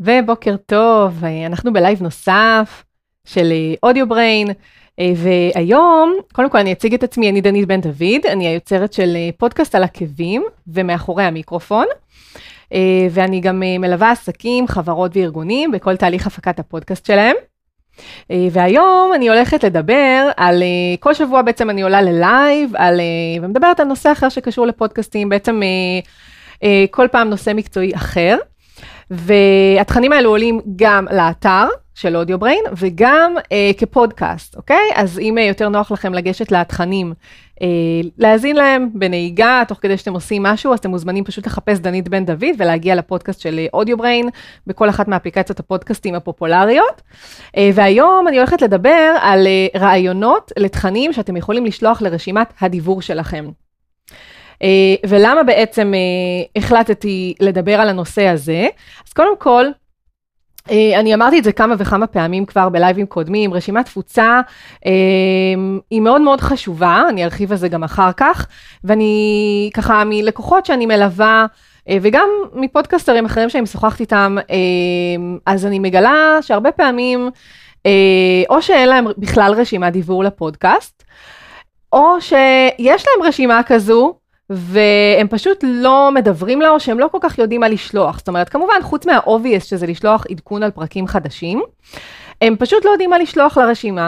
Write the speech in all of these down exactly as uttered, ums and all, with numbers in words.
ובוקר טוב, אנחנו בלייב נוסף של אודיו בריין, והיום, קודם כל אני אציג את עצמי, אני דנית בן דוד, אני היוצרת של פודקאסט על עקבים ומאחורי המיקרופון, ואני גם מלווה עסקים, חברות וארגונים בכל תהליך הפקת הפודקאסט שלהם. והיום אני הולכת לדבר על, כל שבוע בעצם אני עולה ללייב, על, ומדברת על נושא אחר שקשור לפודקאסטים, בעצם כל פעם נושא מקצועי אחר. והתכנים האלו עולים גם לאתר של אודיו בריין, וגם אה, כפודקאסט, אוקיי? אז אם יותר נוח לכם לגשת לתכנים, אה, להאזין להם בנהיגה, תוך כדי שאתם עושים משהו, אז אתם מוזמנים פשוט לחפש דנית בן דוד, ולהגיע לפודקאסט של אודיו בריין, בכל אחת מאפליקציות הפודקאסטים הפופולריות. אה, והיום אני הולכת לדבר על אה, רעיונות לתכנים, שאתם יכולים לשלוח לרשימת הדיבור שלכם. Uh, ולמה בעצם uh, החלטתי לדבר על הנושא הזה? אז קודם כל, uh, אני אמרתי את זה כמה וכמה פעמים כבר בלייבים קודמים, רשימת תפוצה uh, היא מאוד מאוד חשובה, אני ארחיב על זה גם אחר כך, ואני ככה מלקוחות שאני מלווה, uh, וגם מפודקאסטרים אחרים שאני משוחחת איתם, uh, אז אני מגלה שהרבה פעמים, uh, או שאין להם בכלל רשימת דיבור לפודקאסט, או שיש להם רשימה כזו, והם פשוט לא מדברים לה, או שהם לא כל כך יודעים מה לשלוח. זאת אומרת, כמובן, חוץ מה-obvious, שזה לשלוח עדכון על פרקים חדשים, הם פשוט לא יודעים מה לשלוח לרשימה,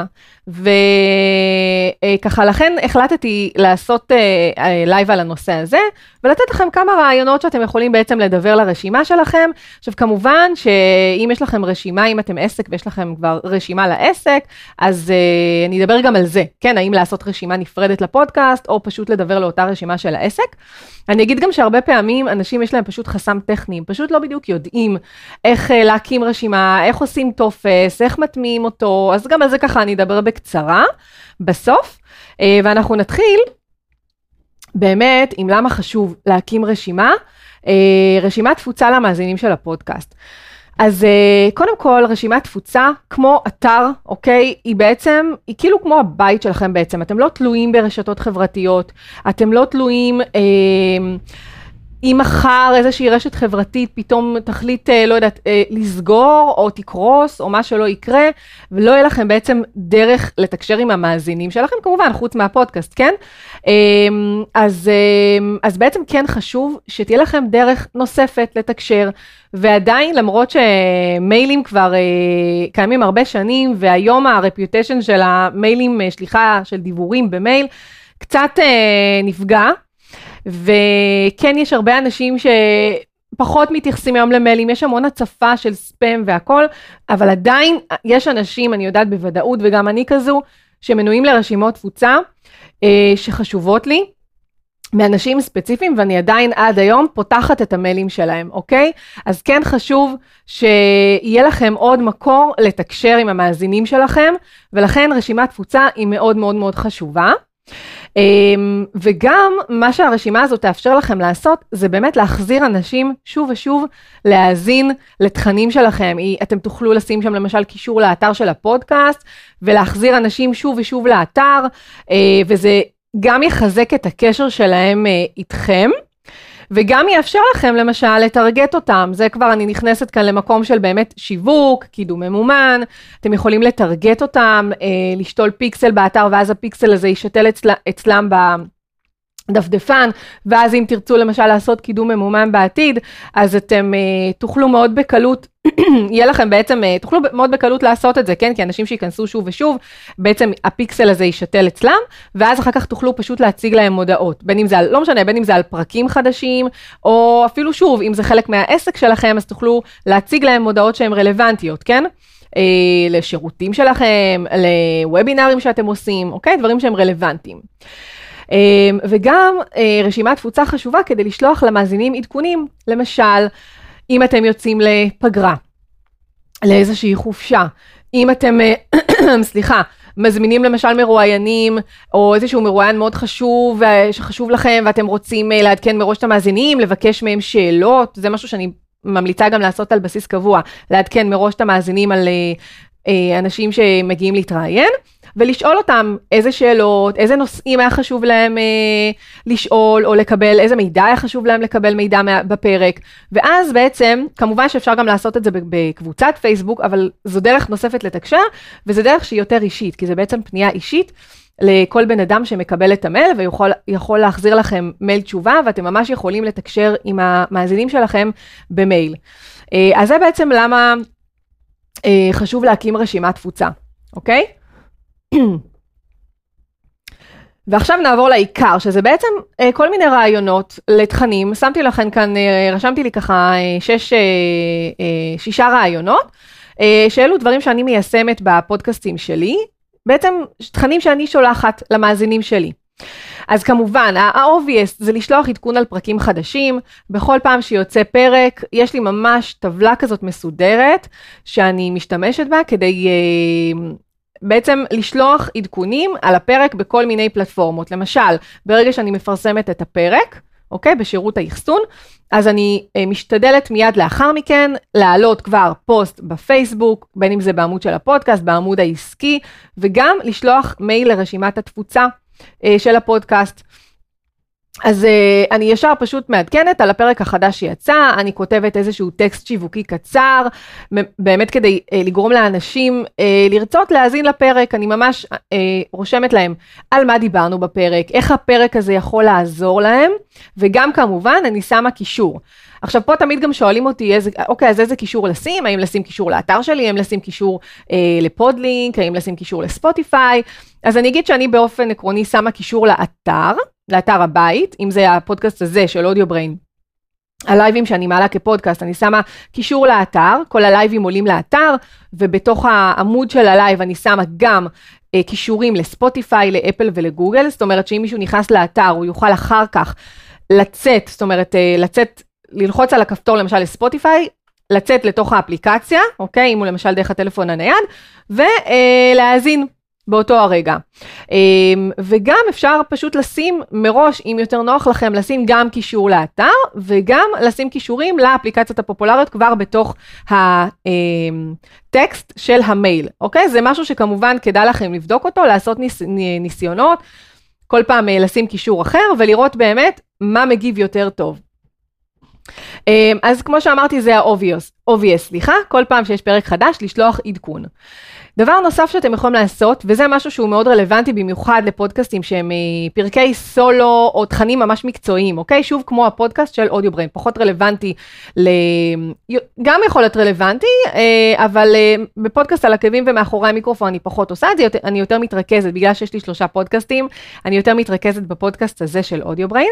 וככה לכן החלטתי לעשות לייב על הנושא הזה, ולתת לכם כמה רעיונות שאתם יכולים בעצם לדבר לרשימה שלכם. עכשיו כמובן שאם יש לכם רשימה, אם אתם עסק ויש לכם כבר רשימה לעסק, אז אני אדבר גם על זה, כן, האם לעשות רשימה נפרדת לפודקאסט, או פשוט לדבר לאותה רשימה של העסק. אני אגיד גם שהרבה פעמים אנשים יש להם פשוט חסם טכני, פשוט לא בדיוק יודעים איך להקים רשימה, איך עושים טופס, איך מטמיעים אותו, אז גם על זה ככה אני אדבר בקצרה, בסוף, ואנחנו נתחיל באמת עם למה חשוב להקים רשימה, רשימת תפוצה למאזינים של הפודקאסט. אז קודם כל, רשימת תפוצה, כמו אתר, אוקיי, היא בעצם, היא כאילו כמו הבית שלכם בעצם, אתם לא תלויים ברשתות חברתיות, אתם לא תלויים, אה, אם מחר איזושהי רשת חברתית פתאום תחליט, לא יודעת, לסגור או תקרוס או מה שלא יקרה, ולא יהיה לכם בעצם דרך לתקשר עם המאזינים שלכם, כמובן, חוץ מהפודקאסט, כן? אז, אז בעצם כן חשוב שתהיה לכם דרך נוספת לתקשר, ועדיין למרות שמיילים כבר קיימים הרבה שנים, והיום הרפיוטיישן של המיילים, שליחה של דיבורים במייל, קצת נפגע, וכן יש הרבה אנשים שפחות מתייחסים היום למיילים, יש המון הצפה של ספאם והכל, אבל עדיין יש אנשים, אני יודעת בוודאות וגם אני כזו, שמנויים לרשימות תפוצה שחשובות לי, מאנשים ספציפיים, ואני עדיין עד היום פותחת את המיילים שלהם, אוקיי? אז כן חשוב שיהיה לכם עוד מקור לתקשר עם המאזינים שלכם, ולכן רשימת תפוצה היא מאוד מאוד מאוד חשובה. וגם מה שהרשימה הזאת תאפשר לכם לעשות, זה באמת להחזיר אנשים שוב ושוב להאזין לתכנים שלכם. אתם תוכלו לשים שם למשל קישור לאתר של הפודקאסט, ולהחזיר אנשים שוב ושוב לאתר, וזה גם יחזק את הקשר שלהם איתכם, וגם יאפשר לכם למשל לטרגט אותם. זה כבר אני נכנסת כאן למקום של באמת שיווק, קידום ממומן, אתם יכולים לטרגט אותם, לשתול פיקסל באתר, ואז הפיקסל הזה ישתל אצל, אצלם בדפדפן, ואז אם תרצו למשל לעשות קידום ממומן בעתיד, אז אתם תוכלו מאוד בקלות, יהיה לכם בעצם, תוכלו מאוד בקלות לעשות את זה, כן? כי אנשים שיכנסו שוב ושוב, בעצם הפיקסל הזה ישתל אצלם, ואז אחר כך תוכלו פשוט להציג להם מודעות, בין אם זה על, לא משנה, בין אם זה על פרקים חדשים, או אפילו שוב, אם זה חלק מהעסק שלכם, אז תוכלו להציג להם מודעות שהן רלוונטיות, כן? אה, לשירותים שלכם, לוובינרים שאתם עושים, אוקיי? דברים שהם רלוונטיים. אה, וגם אה, רשימת תפוצה חשובה כדי לשלוח למאזינים עדכונים, למשל, אם אתם יוצאים לפגרה, לאיזושהי חופשה, אם אתם, סליחה, מזמינים למשל מרואיינים, או איזשהו מרואיין מאוד חשוב, שחשוב לכם, ואתם רוצים לעדכן מראש את המאזינים, לבקש מהם שאלות, זה משהו שאני ממליצה גם לעשות על בסיס קבוע, לעדכן מראש את המאזינים על אנשים שמגיעים להתראיין, ולשאול אותם איזה שאלות, איזה נושאים היה חשוב להם אה, לשאול או לקבל, איזה מידע היה חשוב להם לקבל מידע בפרק, ואז בעצם, כמובן שאפשר גם לעשות את זה בקבוצת פייסבוק, אבל זו דרך נוספת לתקשר, וזו דרך שהיא יותר אישית, כי זה בעצם פנייה אישית לכל בן אדם שמקבל את המייל, ויכול יכול להחזיר לכם מייל תשובה, ואתם ממש יכולים לתקשר עם המאזינים שלכם במייל. אה, אז זה בעצם למה אה, חשוב להקים רשימת תפוצה, אוקיי? ועכשיו נעבור לעיקר, שזה בעצם כל מיני רעיונות לתכנים, שמתי לכם כאן, רשמתי לי ככה שש, שישה רעיונות, שאלו דברים שאני מיישמת בפודקאסטים שלי, בעצם תכנים שאני שולחת למאזינים שלי. אז כמובן, ה-obvious זה לשלוח עדכון על פרקים חדשים, בכל פעם שיוצא פרק, יש לי ממש טבלה כזאת מסודרת, שאני משתמשת בה כדי בעצם לשלוח עדכונים על הפרק בכל מיני פלטפורמות. למשל, ברגע שאני מפרסמת את הפרק, אוקיי, בשירות האחסון, אז אני אה, משתדלת מיד לאחר מכן, להעלות כבר פוסט בפייסבוק, בין אם זה בעמוד של הפודקאסט, בעמוד העסקי, וגם לשלוח מייל לרשימת התפוצה אה, של הפודקאסט. אז uh, אני ישר פשוט מעדכנת על הפרק החדש שיצא, אני כותבת איזשהו טקסט שיווקי קצר, באמת כדי uh, לגרום לאנשים uh, לרצות להאזין לפרק, אני ממש uh, רושמת להם על מה דיברנו בפרק, איך הפרק הזה יכול לעזור להם, וגם כמובן אני שמה קישור. עכשיו פה תמיד גם שואלים אותי, איזה, אוקיי, אז איזה קישור לשים? האם לשים קישור לאתר שלי? האם לשים קישור אה, לפודלינק? האם לשים קישור לספוטיפיי? אז אני אגיד שאני באופן עקרוני שמה קישור לאתר, לאתר הבית, אם זה הפודקאסט הזה של אודיובריין, הלייבים שאני מעלה כפודקאסט, אני שמה קישור לאתר, כל הלייבים עולים לאתר, ובתוך העמוד של הלייב אני שמה גם אה, קישורים לספוטיפיי, לאפל ולגוגל, זאת אומרת שאם מישהו נכנס לאתר, הוא יוכל אחר כך לצאת, זאת אומרת, אה, לצאת, ללחוץ על הכפתור למשל לספוטיפיי, לצאת לתוך האפליקציה, אוקיי, אם הוא למשל דרך הטלפון הנייד, ולהאזין באותו הרגע. וגם אפשר פשוט לשים מראש, אם יותר נוח לכם, לשים גם קישור לאתר, וגם לשים קישורים לאפליקציות הפופולריות כבר בתוך הטקסט של המייל, אוקיי? זה משהו שכמובן כדאי לכם לבדוק אותו, לעשות ניס, ניסיונות, כל פעם לשים קישור אחר, ולראות באמת מה מגיב יותר טוב. אז כמו שאמרתי, זה ה-obvious, obvious, סליחה, כל פעם שיש פרק חדש, לשלוח עדכון. דבר נוסף שאתם יכולים לעשות, וזה משהו שהוא מאוד רלוונטי במיוחד לפודקאסטים שהם פרקי סולו או תכנים ממש מקצועיים, אוקיי? שוב, כמו הפודקאסט של אודיובריין, פחות רלוונטי, ל... גם יכול להיות רלוונטי, אבל בפודקאסט על עקבים ומאחורי המיקרופון אני פחות עושה את זה, אני יותר מתרכזת, בגלל שיש לי שלושה פודקאסטים, אני יותר מתרכזת בפודקאסט הזה של אודיובריין,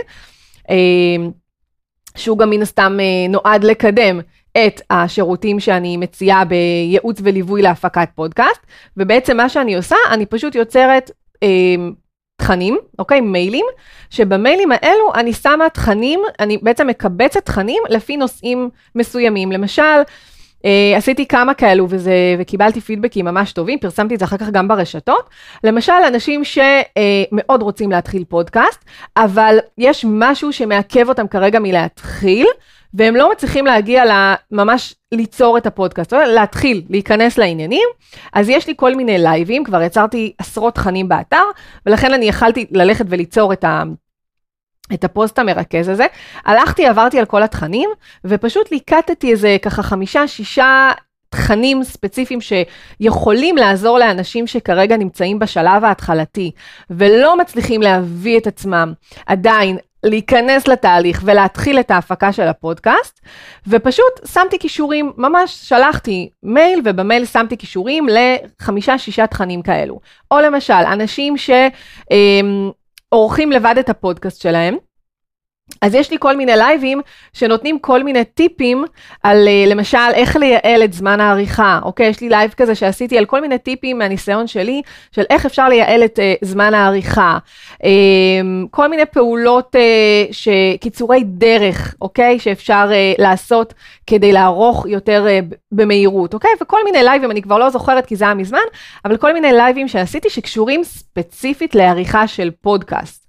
שהוא גם מן הסתם נועד לקדם את השירותים שאני מציעה בייעוץ וליווי להפקת פודקאסט, ובעצם מה שאני עושה, אני פשוט יוצרת אה, תכנים, אוקיי, מיילים, שבמיילים האלו אני שמה תכנים, אני בעצם מקבצת תכנים לפי נושאים מסוימים, למשל, אה, עשיתי כמה כאלו וזה, וקיבלתי פידבקים ממש טובים, פרסמתי את זה אחר כך גם ברשתות, למשל אנשים שמאוד רוצים להתחיל פודקאסט, אבל יש משהו שמעכב אותם כרגע מלהתחיל, והם לא מצליחים להגיע ממש ליצור את הפודקאסט, להתחיל, להיכנס לעניינים, אז יש לי כל מיני לייבים, כבר יצרתי עשרות תכנים באתר, ולכן אני יכלתי ללכת וליצור את ה... את הפוסט המרכז הזה, הלכתי, עברתי על כל התכנים, ופשוט ליקטתי איזה ככה חמישה, שישה תכנים ספציפיים שיכולים לעזור לאנשים שכרגע נמצאים בשלב ההתחלתי, ולא מצליחים להביא את עצמם עדיין, להיכנס לתהליך ולהתחיל את ההפקה של הפודקאסט, ופשוט שמתי קישורים, ממש שלחתי מייל, ובמייל שמתי קישורים לחמישה, שישה תכנים כאלו. או למשל, אנשים שעורכים לבד את הפודקאסט שלהם, אז יש לי כל מיני לייבים שנותנים כל מיני טיפים על למשל איך לייעל את זמן העריכה, אוקיי? יש לי לייב כזה שעשיתי על כל מיני טיפים מהניסיון שלי של איך אפשר לייעל את uh, זמן העריכה, um, כל מיני פעולות uh, שקיצורי דרך, אוקיי? שאפשר uh, לעשות כדי לערוך יותר uh, במהירות, אוקיי? וכל מיני לייבים, אני כבר לא זוכרת כי זה היה מזמן, אבל כל מיני לייבים שעשיתי שקשורים ספציפית לעריכה של פודקאסט.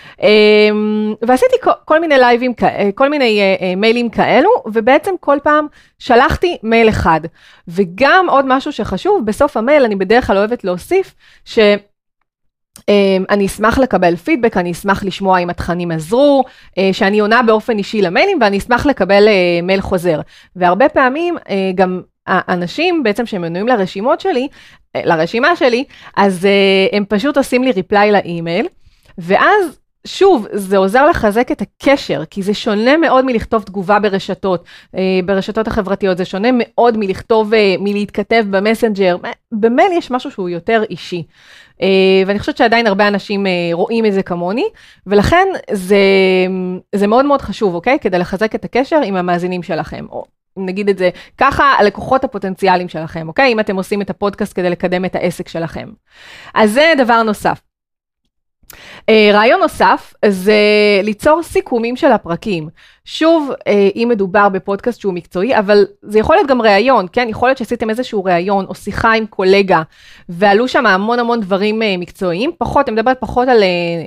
ועשיתי כל מיני לייבים, כל מיני מיילים כאלו, ובעצם כל פעם שלחתי מייל אחד. וגם עוד משהו שחשוב, בסוף המייל אני בדרך כלל אוהבת להוסיף, ש... אני אשמח לקבל פידבק, אני אשמח לשמוע אם התכנים עזרו, שאני עונה באופן אישי למיילים, ואני אשמח לקבל מייל חוזר. והרבה פעמים גם האנשים בעצם שהם מנויים לרשימות שלי, לרשימה שלי, אז הם פשוט עושים לי ריפליי לאימייל, ואז שוב, זה עוזר לחזק את הקשר, כי זה שונה מאוד מלכתוב תגובה ברשתות, ברשתות החברתיות, זה שונה מאוד מלכתוב, מלהתכתב במסנג'ר, במייל יש משהו שהוא יותר אישי, ואני חושבת שעדיין הרבה אנשים רואים את זה כמוני, ולכן זה, זה מאוד מאוד חשוב, אוקיי? כדי לחזק את הקשר עם המאזינים שלכם, או נגיד את זה ככה, הלקוחות הפוטנציאליים שלכם, אוקיי? אם אתם עושים את הפודקאסט כדי לקדם את העסק שלכם. אז זה דבר נוסף. רעיון נוסף זה ליצור סיכומים של הפרקים. שוב, אם מדובר בפודקאסט שהוא מקצועי, אבל זה יכול להיות גם רעיון, כן? יכול להיות שעשיתם איזשהו רעיון או שיחה עם קולגה, ועלו שם המון המון דברים מקצועיים, פחות, אני מדברת פחות על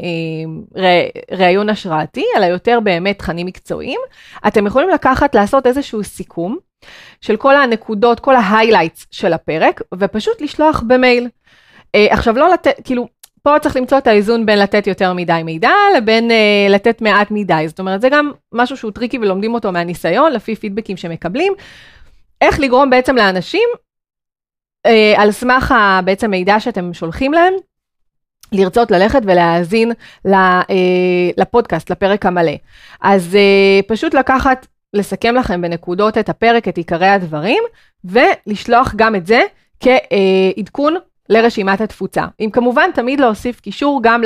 רעיון השראתי, אלא יותר באמת תכנים מקצועיים. אתם יכולים לקחת, לעשות איזשהו סיכום של כל הנקודות, כל ההיילייטס של הפרק, ופשוט לשלוח במייל. עכשיו לא לתת, כאילו, פה צריך למצוא את האיזון בין לתת יותר מדי מידע, לבין אה, לתת מעט מדי. זאת אומרת, זה גם משהו שהוא טריקי ולומדים אותו מהניסיון, לפי פידבקים שמקבלים. איך לגרום בעצם לאנשים, אה, על סמך ה, בעצם מידע שאתם שולחים להם, לרצות ללכת ולהאזין לה, אה, לפודקאסט, לפרק המלא. אז אה, פשוט לקחת, לסכם לכם בנקודות את הפרק, את עיקרי הדברים, ולשלוח גם את זה כעדכון, לרשימת התפוצה. אם כמובן תמיד להוסיף קישור גם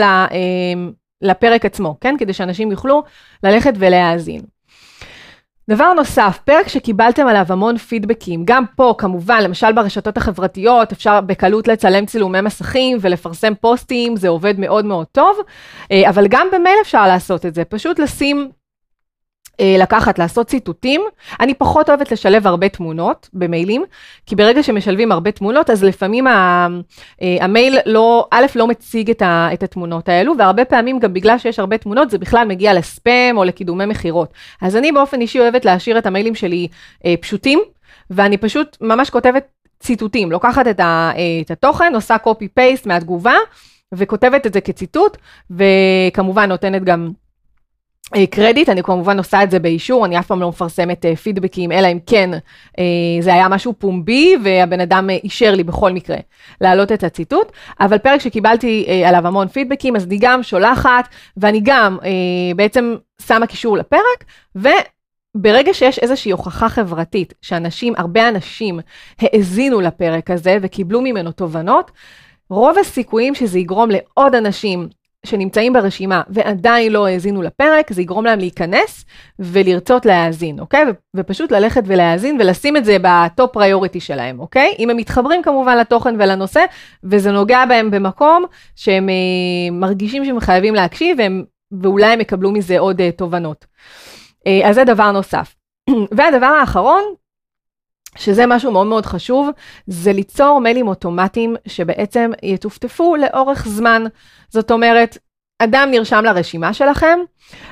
לפרק עצמו, כן? כדי שאנשים יוכלו ללכת ולהאזין. דבר נוסף, פרק שקיבלתם עליו המון פידבקים, גם פה כמובן, למשל ברשתות החברתיות, אפשר בקלות לצלם צילומי מסכים ולפרסם פוסטים, זה עובד מאוד מאוד טוב, אבל גם במייל אפשר לעשות את זה, פשוט לשים, לקחת, לעשות ציטוטים. אני פחות אוהבת לשלב הרבה תמונות במיילים, כי ברגע שמשלבים הרבה תמונות, אז לפעמים המייל לא, א', לא מציג את התמונות האלו, והרבה פעמים גם בגלל שיש הרבה תמונות, זה בכלל מגיע לספאם או לקידומי מחירות. אז אני באופן אישי אוהבת להשאיר את המיילים שלי פשוטים, ואני פשוט ממש כותבת ציטוטים, לוקחת את התוכן, עושה copy-paste מהתגובה, וכותבת את זה כציטוט, וכמובן נותנת גם קרדיט, אני כמובן עושה את זה באישור, אני אף פעם לא מפרסמת פידבקים, אלא אם כן זה היה משהו פומבי, והבן אדם אישר לי בכל מקרה להעלות את הציטוט, אבל פרק שקיבלתי עליו המון פידבקים, אז אני גם שולחת, ואני גם בעצם שמה קישור לפרק, וברגע שיש איזושהי הוכחה חברתית, שאנשים, הרבה אנשים האזינו לפרק הזה, וקיבלו ממנו תובנות, רוב הסיכויים שזה יגרום לעוד אנשים, שנמצאים ברשימה ועדיין לא האזינו לפרק, זה יגרום להם להיכנס ולרצות להאזין, אוקיי? ופשוט ללכת ולהאזין ולשים את זה בטופ פריוריטי שלהם, אוקיי? אם הם מתחברים כמובן לתוכן ולנושא, וזה נוגע בהם במקום שהם אה, מרגישים שהם חייבים להקשיב, והם, ואולי הם יקבלו מזה עוד אה, תובנות. אה, אז זה דבר נוסף. והדבר האחרון, שזה משהו מאוד מאוד חשוב, זה ליצור מיילים אוטומטיים שבעצם יטופטפו לאורך זמן. זאת אומרת, אדם נרשם לרשימה שלכם,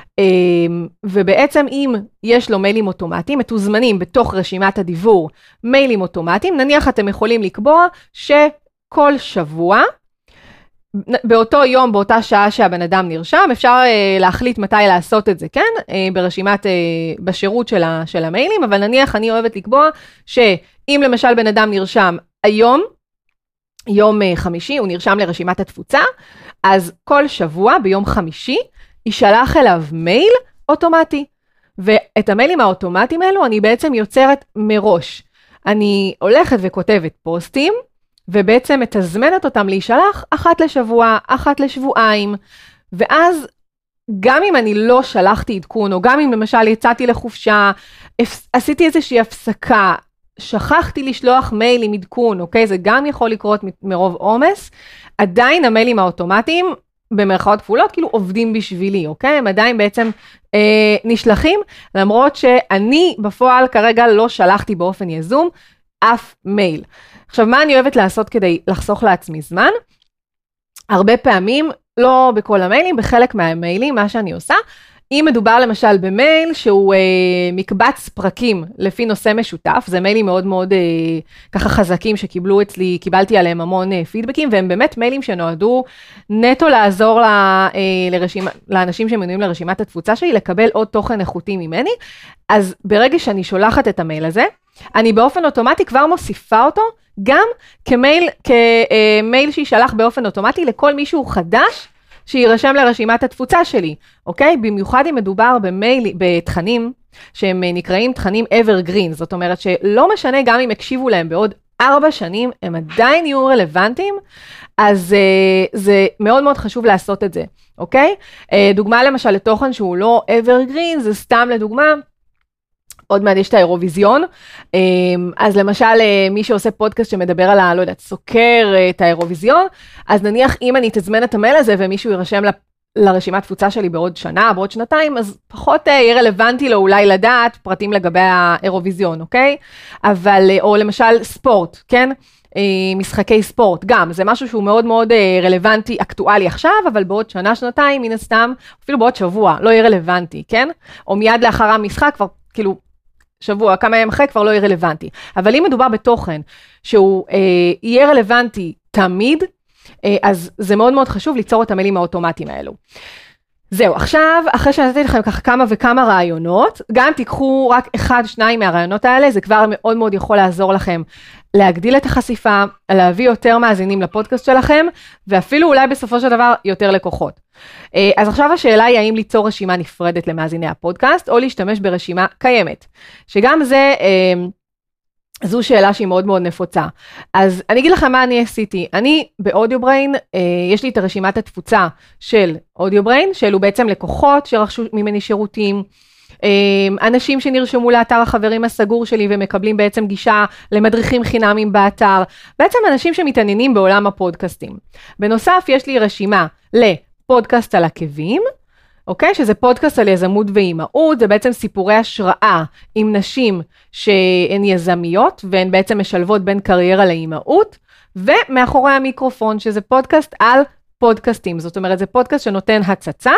ובעצם אם יש לו מיילים אוטומטיים, מתוזמנים בתוך רשימת הדיבור מיילים אוטומטיים, נניח אתם יכולים לקבוע שכל שבוע, באותו יום, באותה שעה שהבן אדם נרשם, אפשר uh, להחליט מתי לעשות את זה, כן? Uh, ברשימת, uh, בשירות של, ה, של המיילים, אבל נניח אני אוהבת לקבוע שאם למשל בן אדם נרשם היום, יום uh, חמישי, הוא נרשם לרשימת התפוצה, אז כל שבוע ביום חמישי יישלח אליו מייל אוטומטי. ואת המיילים האוטומטיים האלו אני בעצם יוצרת מראש. אני הולכת וכותבת פוסטים, ובעצם מתזמנת אותם להישלח אחת לשבוע, אחת לשבועיים, ואז גם אם אני לא שלחתי עדכון, או גם אם למשל יצאתי לחופשה, עשיתי איזושהי הפסקה, שכחתי לשלוח מייל עם עדכון, אוקיי? זה גם יכול לקרות מרוב עומס, עדיין המיילים האוטומטיים, במרכאות כפולות, כאילו עובדים בשבילי, אוקיי? הם עדיין בעצם אה, נשלחים, למרות שאני בפועל כרגע לא שלחתי באופן יזום, אף מייל. עכשיו, מה אני אוהבת לעשות כדי לחסוך לעצמי זמן? הרבה פעמים לא בכל המיילים, בחלק מהמיילים, מה שאני עושה, אם מדובר למשל במייל שהוא אה, מקבץ פרקים לפי נושא משותף, זה מיילים מאוד מאוד אה, ככה חזקים שקיבלו אצלי, קיבלתי עליהם המון אה, פידבקים, והם באמת מיילים שנועדו נטו לעזור ל, אה, לרשימה, לאנשים שמנויים לרשימת התפוצה שלי, לקבל עוד תוכן איכותי ממני, אז ברגע שאני שולחת את המייל הזה, אני באופן אוטומטי כבר מוסיפה אותו, גם כמייל, כמייל שישלח באופן אוטומטי לכל מישהו חדש, שירשם לרשימת התפוצה שלי, אוקיי? במיוחד אם מדובר במייל, בתכנים, שהם נקראים תכנים evergreen, זאת אומרת שלא משנה גם אם הקשיבו להם בעוד ארבע שנים, הם עדיין יהיו רלוונטיים, אז uh, זה מאוד מאוד חשוב לעשות את זה, אוקיי? Uh, דוגמה למשל לתוכן שהוא לא evergreen, זה סתם לדוגמה, עוד מעט יש את האירוויזיון, אז למשל מי שעושה פודקאסט שמדבר על, לא יודעת, סוקר את האירוויזיון, אז נניח אם אני תזמן את המייל הזה ומישהו יירשם ל... לרשימת תפוצה שלי בעוד שנה, בעוד שנתיים, אז פחות יהיה רלוונטי לו אולי לדעת פרטים לגבי האירוויזיון, אוקיי? אבל, או למשל ספורט, כן? משחקי ספורט, גם, זה משהו שהוא מאוד מאוד רלוונטי, אקטואלי עכשיו, אבל בעוד שנה, שנתיים, מן הסתם, אפילו בעוד שבוע, לא יהיה רלוונטי, כן? או מיד לאחר המשחק, כבר, כאילו, שבוע, כמה ימים אחרי, כבר לא יהיה רלוונטי. אבל אם מדובר בתוכן שהוא אה, יהיה רלוונטי תמיד, אה, אז זה מאוד מאוד חשוב ליצור את המיילים האוטומטיים האלו. זהו, עכשיו, אחרי שנתתי לכם ככה כמה וכמה רעיונות, גם תיקחו רק אחד, שניים מהרעיונות האלה, זה כבר מאוד מאוד יכול לעזור לכם להגדיל את החשיפה, להביא יותר מאזינים לפודקאסט שלכם, ואפילו אולי בסופו של דבר יותר לקוחות. אז עכשיו השאלה היא האם ליצור רשימה נפרדת למאזיני הפודקאסט, או להשתמש ברשימה קיימת, שגם זה, זו שאלה שהיא מאוד מאוד נפוצה. אז אני אגיד לכם מה אני עשיתי. אני באודיובריין, יש לי את הרשימת התפוצה של אודיובריין, שאלו בעצם לקוחות שרכשו ממני שירותים, אנשים שנרשמו לאתר החברים הסגור שלי ומקבלים בעצם גישה למדריכים חינמים באתר, בעצם אנשים שמתעניינים בעולם הפודקאסטים. בנוסף יש לי רשימה לפודקאסט על עקבים, אוקיי? שזה פודקאסט על יזמות ואימהות, זה בעצם סיפורי השראה עם נשים שהן יזמיות והן בעצם משלבות בין קריירה לאימהות, ומאחורי המיקרופון שזה פודקאסט על פודקאסטים, זאת אומרת זה פודקאסט שנותן הצצה,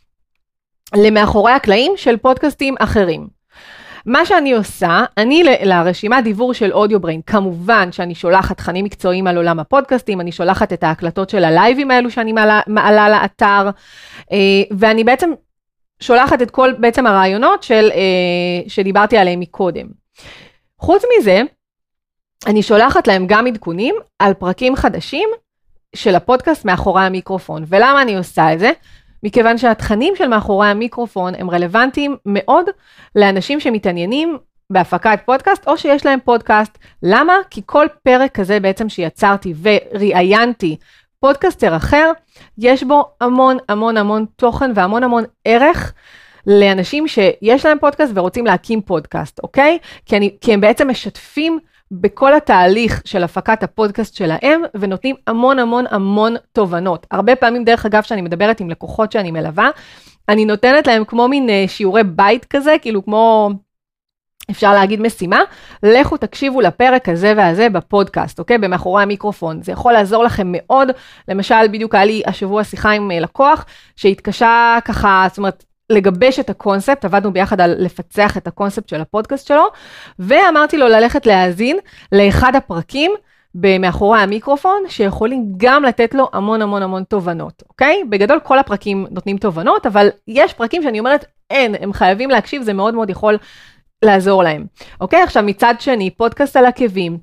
למאחורי הקלעים של פודקאסטים אחרים. מה שאני עושה, אני לרשימת דיבור של אודיובריין, כמובן שאני שולחת תכנים מקצועיים על עולם הפודקאסטים, אני שולחת את ההקלטות של הלייבים האלו שאני מעלה, מעלה לאתר, ואני בעצם שולחת את כל בעצם הרעיונות של, שדיברתי עליהם מקודם. חוץ מזה, אני שולחת להם גם עדכונים על פרקים חדשים של הפודקאסט מאחורי המיקרופון. ולמה אני עושה את זה? מכיוון שהתכנים של מאחורי המיקרופון הם רלוונטיים מאוד לאנשים שמתעניינים בהפקת פודקאסט או שיש להם פודקאסט. למה? כי כל פרק כזה בעצם שיצרתי וראיינתי פודקאסטר אחר, יש בו המון המון המון תוכן והמון המון ערך לאנשים שיש להם פודקאסט ורוצים להקים פודקאסט, אוקיי? כי, אני, כי הם בעצם משתפים בכל התהליך של הפקת הפודקאסט שלהם, ונותנים המון המון המון תובנות. הרבה פעמים דרך אגב שאני מדברת עם לקוחות שאני מלווה, אני נותנת להם כמו מין שיעורי בית כזה, כאילו כמו, אפשר להגיד משימה, לכו תקשיבו לפרק הזה והזה בפודקאסט, אוקיי? במאחורי המיקרופון. זה יכול לעזור לכם מאוד. למשל, בדיוק היה לי השבוע שיחה עם לקוח, שהתקשה ככה, זאת אומרת, לגבש את הקונספט, עבדנו ביחד על לפצח את הקונספט של הפודקאסט שלו, ואמרתי לו ללכת להאזין לאחד הפרקים במאחורי המיקרופון, שיכולים גם לתת לו המון המון המון תובנות, אוקיי? בגדול כל הפרקים נותנים תובנות, אבל יש פרקים שאני אומרת, אין, הם חייבים להקשיב, זה מאוד מאוד יכול לעזור להם. אוקיי? עכשיו מצד שני, פודקאסט על עקבים,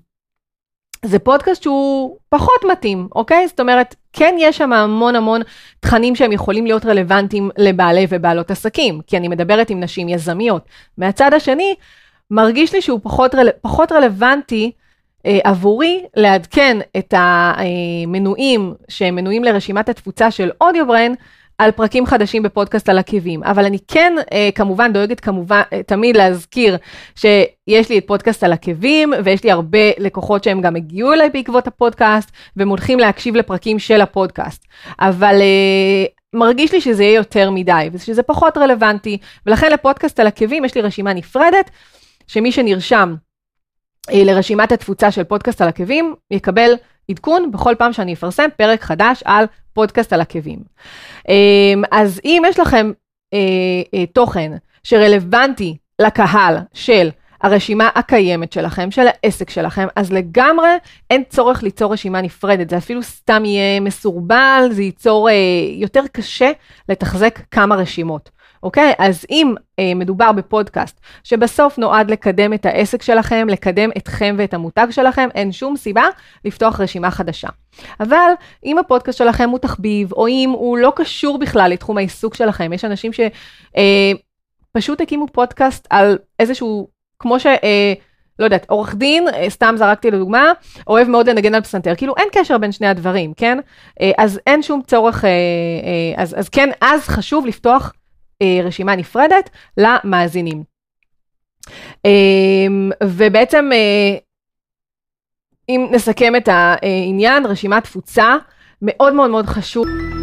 זה פודקאסט שהוא פחות מתאים, אוקיי? זאת אומרת, כן יש שם המון המון תכנים שהם יכולים להיות רלוונטיים לבעלי ובעלות עסקים, כי אני מדברת עם נשים יזמיות. מהצד השני, מרגיש לי שהוא פחות, רל... פחות רלוונטי אה, עבורי לעדכן את המנויים שהם מנויים לרשימת התפוצה של אודיובריין, על פרקים חדשים בפודקאסט על עקבים, אבל אני כן אה, כמובן דואגת כמובן תמיד להזכיר שיש לי את פודקאסט על עקבים, ויש לי הרבה לקוחות שהם גם הגיעו אליי בעקבות הפודקאסט, והם הולכים להקשיב לפרקים של הפודקאסט, אבל אה, מרגיש לי שזה יהיה יותר מדי, ושזה פחות רלוונטי, ולכן לפודקאסט על עקבים יש לי רשימה נפרדת, שמי שנרשם אה, לרשימת התפוצה של פודקאסט על עקבים, יקבל עדכון בכל פעם שאני אפרסם פרק חדש על פודקאסט על עקבים. אז אם יש לכם תוכן שרלוונטי לקהל של הרשימה הקיימת שלכם, של העסק שלכם, אז לגמרי אין צורך ליצור רשימה נפרדת, זה אפילו סתם יהיה מסורבל, זה ייצור אה, יותר קשה לתחזק כמה רשימות, אוקיי? אז אם אה, מדובר בפודקאסט שבסוף נועד לקדם את העסק שלכם, לקדם אתכם ואת המותג שלכם, אין שום סיבה לפתוח רשימה חדשה. אבל אם הפודקאסט שלכם הוא תחביב, או אם הוא לא קשור בכלל לתחום העיסוק שלכם, יש אנשים שפשוט אה, הקימו פודקאסט על איזשהו כמו ש, אה, לא יודעת, עורך דין, אה, סתם זרקתי לדוגמה, אוהב מאוד לנגן על פסנתר, כאילו אין קשר בין שני הדברים, כן? אה, אז אין שום צורך, אה, אה, אז, אז כן, אז חשוב לפתוח אה, רשימה נפרדת למאזינים. אה, ובעצם, אה, אם נסכם את העניין, רשימת תפוצה, מאוד מאוד מאוד חשוב.